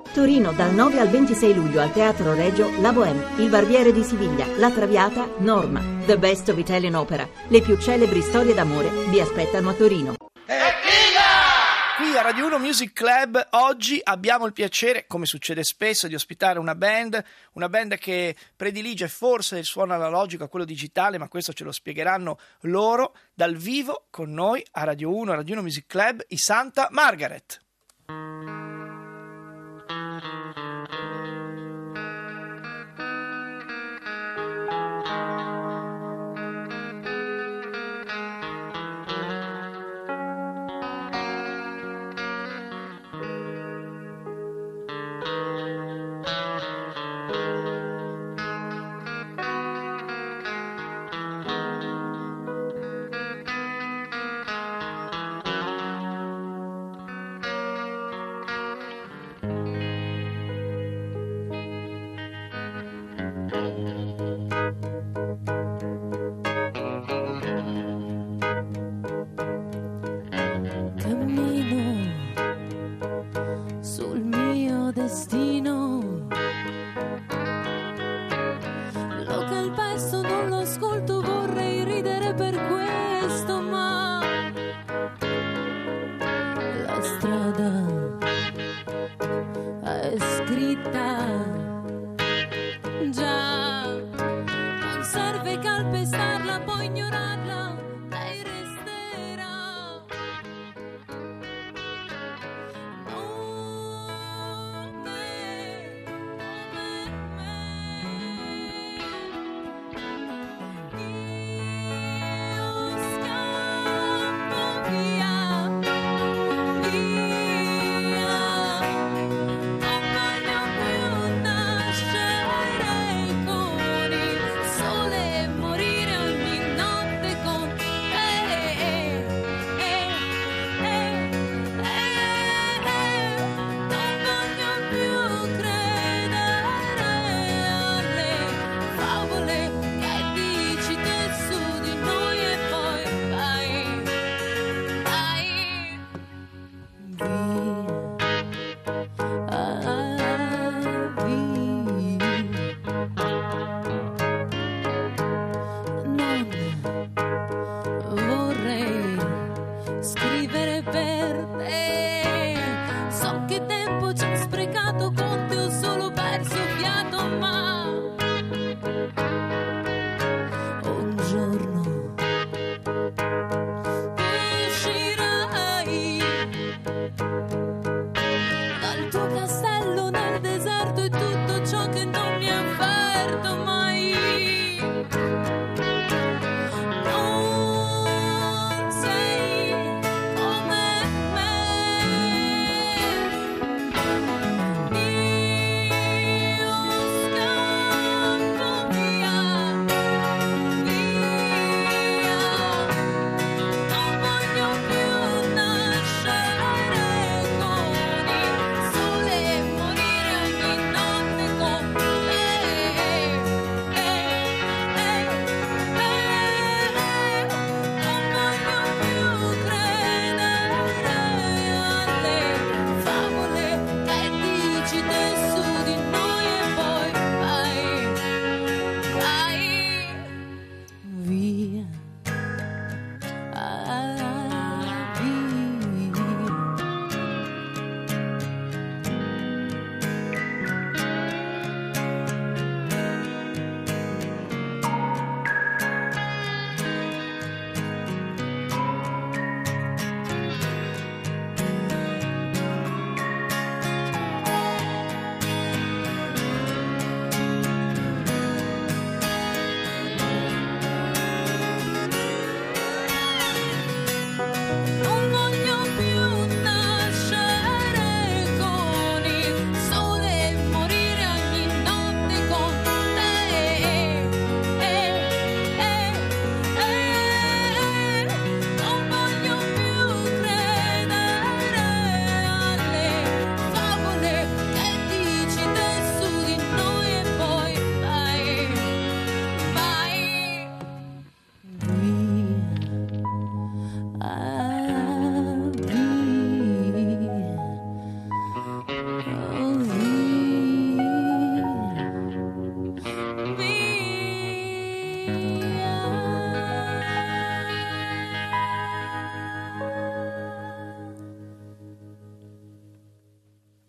Torino dal 9 al 26 luglio al Teatro Regio La Bohème, Il Barbiere di Siviglia, La Traviata, Norma. The Best of Italian Opera. Le più celebri storie d'amore vi aspettano a Torino. Qui a Radio 1 Music Club oggi abbiamo il piacere, come succede spesso, di ospitare una band che predilige forse il suono analogico a quello digitale, ma questo ce lo spiegheranno loro. Dal vivo con noi a Radio 1 Music Club, i Santa Margaret. Destino, lo calpesto, non lo ascolto, vorrei ridere per questo, ma la strada è scritta già, non serve calpestarla, poi ignorarla, lei resterà. No.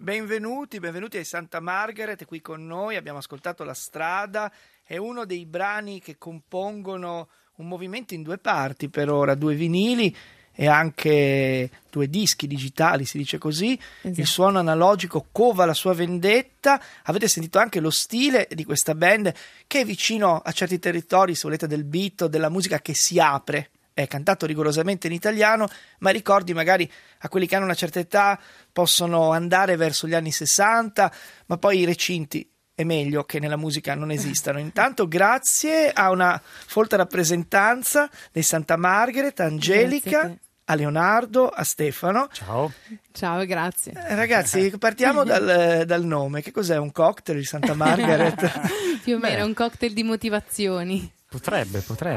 Benvenuti ai Santa Margaret, qui con noi. Abbiamo ascoltato La strada, è uno dei brani che compongono un movimento in due parti per ora, 2 vinili e anche 2 dischi digitali, si dice così. Esatto. Il suono analogico cova la sua vendetta. Avete sentito anche lo stile di questa band, che è vicino a certi territori, se volete, del beat, della musica che si apre. È cantato rigorosamente in italiano, ma ricordi magari a quelli che hanno una certa età possono andare verso gli anni 60, ma poi i recinti è meglio che nella musica non esistano. Intanto grazie a una folta rappresentanza dei Santa Margaret, a Angelica, a Leonardo, a Stefano. Ciao. Ciao, grazie. Ragazzi, partiamo dal nome. Che cos'è un cocktail di Santa Margaret? Più o meno, un cocktail di motivazioni. Potrebbe.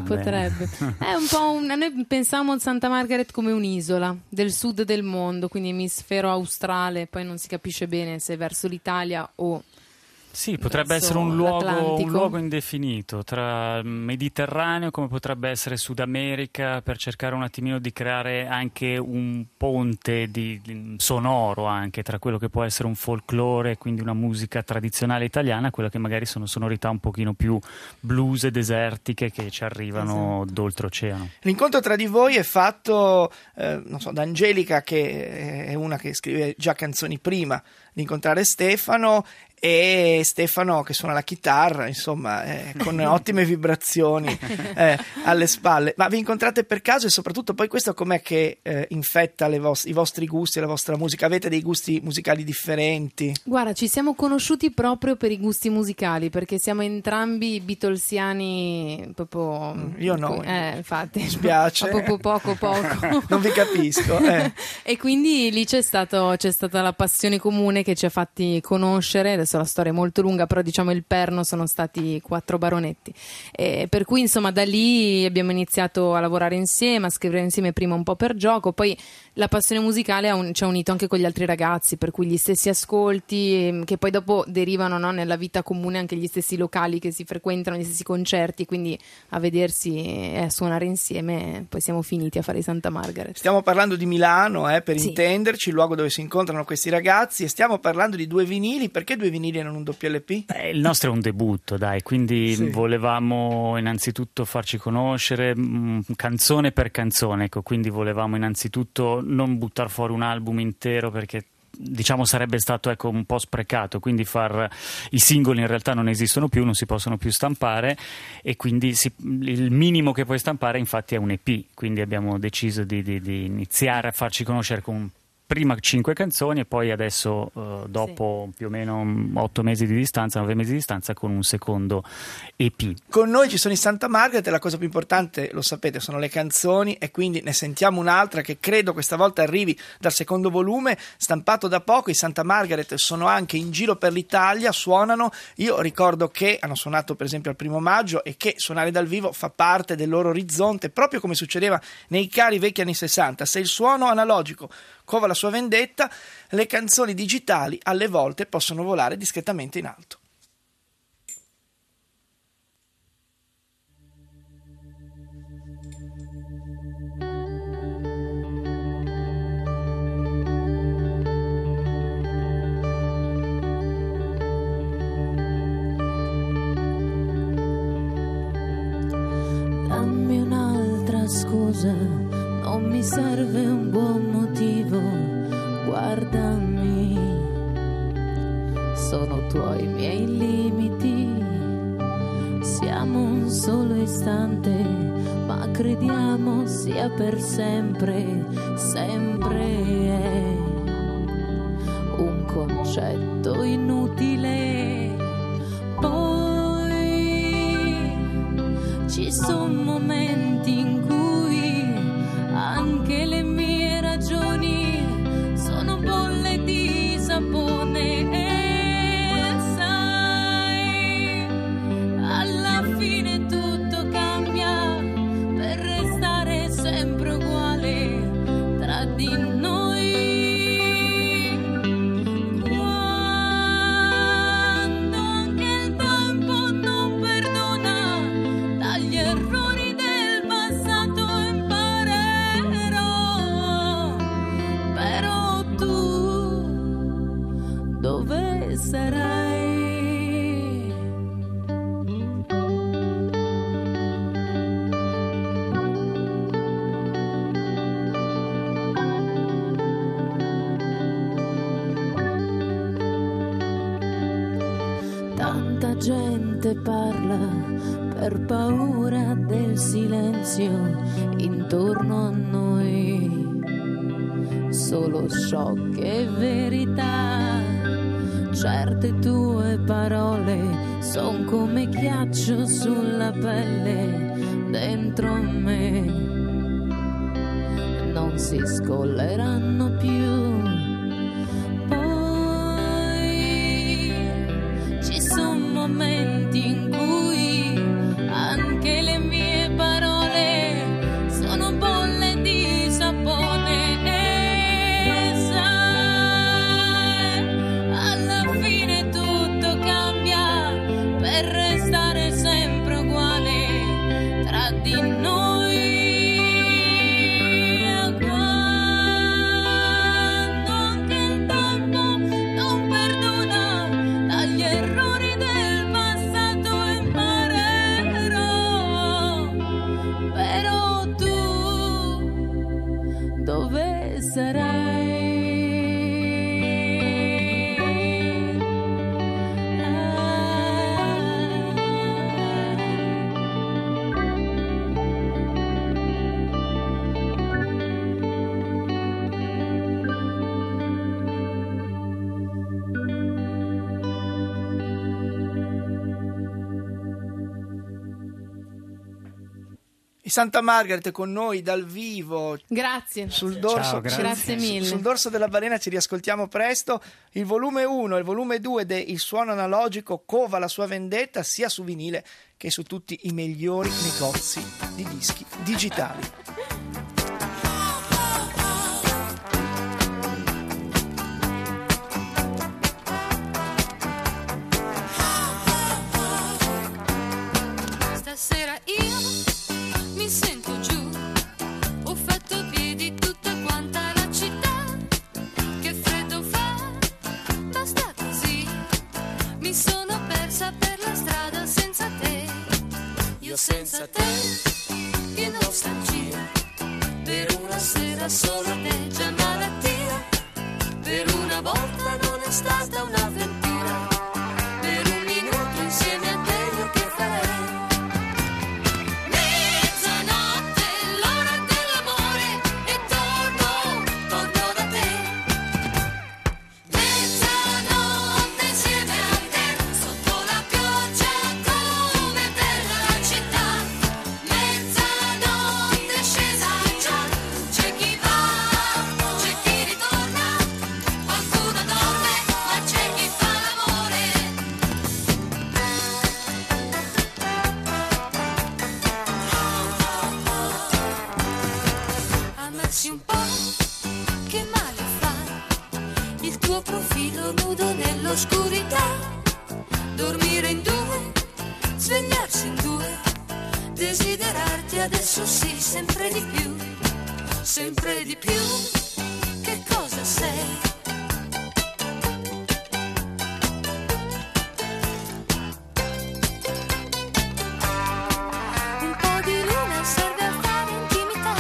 È un po' noi pensiamo a Santa Margaret come un'isola del sud del mondo, quindi emisfero australe, poi non si capisce bene se verso l'Italia o sì, potrebbe essere un luogo indefinito tra Mediterraneo, come potrebbe essere Sud America, per cercare un attimino di creare anche un ponte sonoro anche tra quello che può essere un folklore, quindi una musica tradizionale italiana, quella che magari sono sonorità un pochino più blues e desertiche che ci arrivano d'oltreoceano. L'incontro tra di voi è fatto da Angelica, che è una che scrive già canzoni prima di incontrare Stefano, e Stefano che suona la chitarra, insomma, con ottime vibrazioni alle spalle. Ma vi incontrate per caso, e soprattutto poi questo com'è che infetta i vostri gusti e la vostra musica? Avete dei gusti musicali differenti? Guarda, ci siamo conosciuti proprio per i gusti musicali, perché siamo entrambi beatlesiani proprio... Io no. Infatti. Mi spiace. Proprio poco. Non vi capisco. E quindi lì c'è stata la passione comune che ci ha fatti conoscere. Adesso la storia è molto lunga, però diciamo il perno sono stati 4 baronetti, per cui insomma da lì abbiamo iniziato a lavorare insieme, a scrivere insieme, prima un po' per gioco, poi la passione musicale ci ha unito anche con gli altri ragazzi, per cui gli stessi ascolti che poi dopo derivano, no, nella vita comune, anche gli stessi locali che si frequentano, gli stessi concerti, quindi a vedersi e a suonare insieme poi siamo finiti a fare i Santa Margaret. Stiamo parlando di Milano, per sì, intenderci, il luogo dove si incontrano questi ragazzi, e stiamo parlando di 2 vinili. Perché 2 vinili e non un doppio LP? Il nostro è un debutto, dai, quindi sì, volevamo innanzitutto farci conoscere canzone per canzone, ecco, quindi volevamo innanzitutto non buttare fuori un album intero, perché diciamo sarebbe stato un po' sprecato, quindi i singoli in realtà non esistono più, non si possono più stampare, e quindi il minimo che puoi stampare infatti è un EP, quindi abbiamo deciso di iniziare a farci conoscere con prima 5 canzoni e poi adesso dopo più o meno 8 mesi di distanza, 9 mesi di distanza, con un secondo EP. Con noi ci sono i Santa Margaret e la cosa più importante, lo sapete, sono le canzoni, e quindi ne sentiamo un'altra che credo questa volta arrivi dal secondo volume, stampato da poco. I Santa Margaret sono anche in giro per l'Italia, suonano. Io ricordo che hanno suonato per esempio al 1° maggio, e che suonare dal vivo fa parte del loro orizzonte, proprio come succedeva nei cari vecchi anni 60. Se il suono analogico cova la sua vendetta, le canzoni digitali alle volte possono volare discretamente in alto. Dammi un'altra scusa, non mi serve un buon motivo, guardami, sono tuoi miei limiti, siamo un solo istante, ma crediamo sia per sempre, sempre è un concetto inutile. Poi ci sono momenti in cui anche le mie ragioni sono bolle di sapone, e sai, alla fine tutto cambia per restare sempre uguale tra di noi. Quando anche il tempo non perdona dagli errori del dove sarai? Tanta gente parla per paura del silenzio intorno a noi, solo sciocche verità. Certe tue parole son come ghiaccio sulla pelle dentro me, non si scolleranno più. Momenti in cui anche le mie parole sono bolle di sapone e sai, alla fine tutto cambia per restare sempre uguale tra di noi. Quando anche il tempo non perdona dagli errori dove sarai? I Santa Margaret con noi dal vivo. Grazie. Sul dorso, Ciao, grazie mille. Sul dorso della balena ci riascoltiamo presto. Il volume 1 e il volume 2 de Il suono analogico cova la sua vendetta sia su vinile che su tutti i migliori negozi di dischi digitali. Stasera io mi sento giù, ho fatto piedi tutta quanta la città, che freddo fa, basta così, mi sono persa per la strada senza te, io senza te, che nostalgia, per una sera solo te, già malattia, per una volta non è stata un'avventura, per un minuto insieme a te io che farei? Un po', che male fa il tuo profilo nudo nell'oscurità, dormire in due, svegliarsi in due, desiderarti adesso sì, sempre di più, che cosa sei? Un po' di luna serve a fare intimità.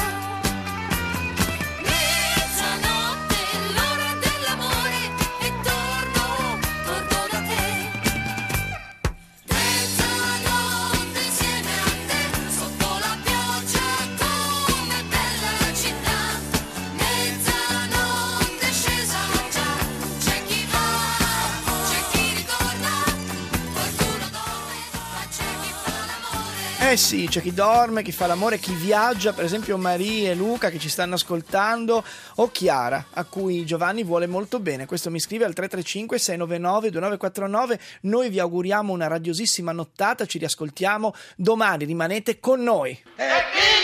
Eh sì, c'è chi dorme, chi fa l'amore, chi viaggia, per esempio Maria e Luca che ci stanno ascoltando, o Chiara, a cui Giovanni vuole molto bene. Questo mi scrive al 335 699 2949. Noi vi auguriamo una radiosissima nottata, ci riascoltiamo domani, rimanete con noi.